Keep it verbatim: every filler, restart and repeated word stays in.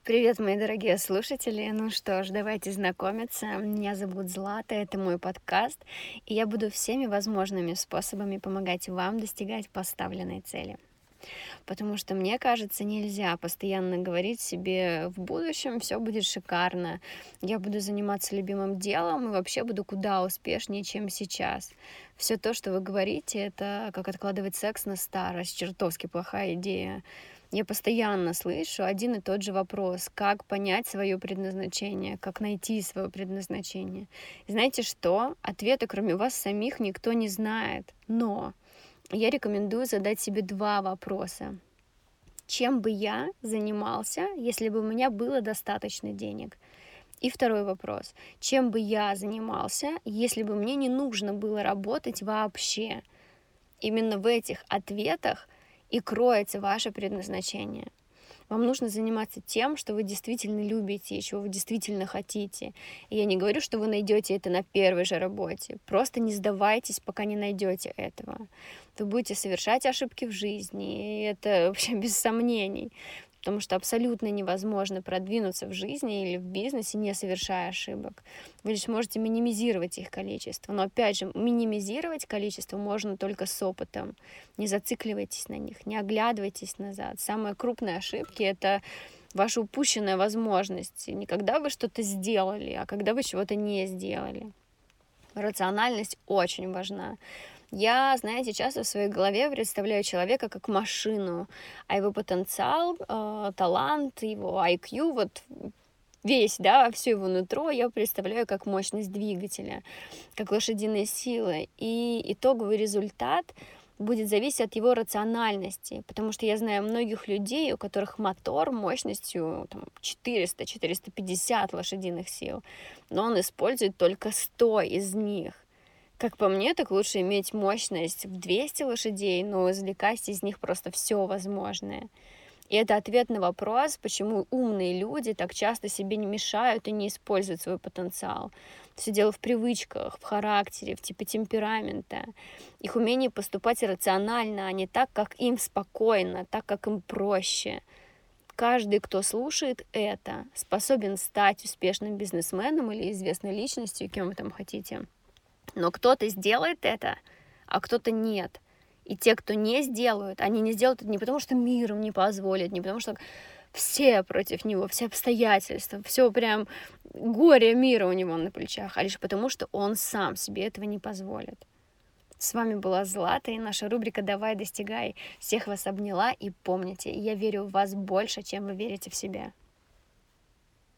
Привет, мои дорогие слушатели. Ну что ж, давайте знакомиться. Меня зовут Злата, это мой подкаст, и я буду всеми возможными способами помогать вам достигать поставленной цели. Потому что, мне кажется, нельзя постоянно говорить себе: в будущем все будет шикарно, я буду заниматься любимым делом и вообще буду куда успешнее, чем сейчас. Все то, что вы говорите, это как откладывать секс на старость, чертовски плохая идея. Я постоянно слышу один и тот же вопрос: как понять свое предназначение, как найти свое предназначение. И знаете что? Ответа, кроме вас самих, никто не знает. Но я рекомендую задать себе два вопроса. Чем бы я занимался, если бы у меня было достаточно денег? И второй вопрос. Чем бы я занимался, если бы мне не нужно было работать вообще? Именно в этих ответах и кроется ваше предназначение. Вам нужно заниматься тем, что вы действительно любите, и чего вы действительно хотите. И я не говорю, что вы найдете это на первой же работе. Просто не сдавайтесь, пока не найдете этого. Вы будете совершать ошибки в жизни, и это вообще без сомнений. Потому что абсолютно невозможно продвинуться в жизни или в бизнесе, не совершая ошибок. Вы лишь можете минимизировать их количество. Но опять же, минимизировать количество можно только с опытом. Не зацикливайтесь на них, не оглядывайтесь назад. Самые крупные ошибки — это ваша упущенная возможность. Не когда вы что-то сделали, а когда вы чего-то не сделали. Рациональность очень важна. Я, знаете, часто в своей голове представляю человека как машину, а его потенциал, э, талант, его ай кью, вот весь, да, все его нутро я представляю как мощность двигателя, как лошадиные силы. И итоговый результат будет зависеть от его рациональности, потому что я знаю многих людей, у которых мотор мощностью там, четыреста четыреста пятьдесят лошадиных сил, но он использует только сто из них. Как по мне, так лучше иметь мощность в двести лошадей, но извлекать из них просто все возможное. И это ответ на вопрос, почему умные люди так часто себе не мешают и не используют свой потенциал. Все дело в привычках, в характере, в типе темперамента. Их умение поступать рационально, а не так, как им спокойно, так, как им проще. Каждый, кто слушает это, способен стать успешным бизнесменом или известной личностью, кем вы там хотите. Но кто-то сделает это, а кто-то нет. И те, кто не сделают, они не сделают это не потому, что мир им не позволит, не потому, что все против него, все обстоятельства, все прям горе мира у него на плечах, а лишь потому, что он сам себе этого не позволит. С вами была Злата и наша рубрика «Давай, достигай». Всех вас обняла, и помните, я верю в вас больше, чем вы верите в себя.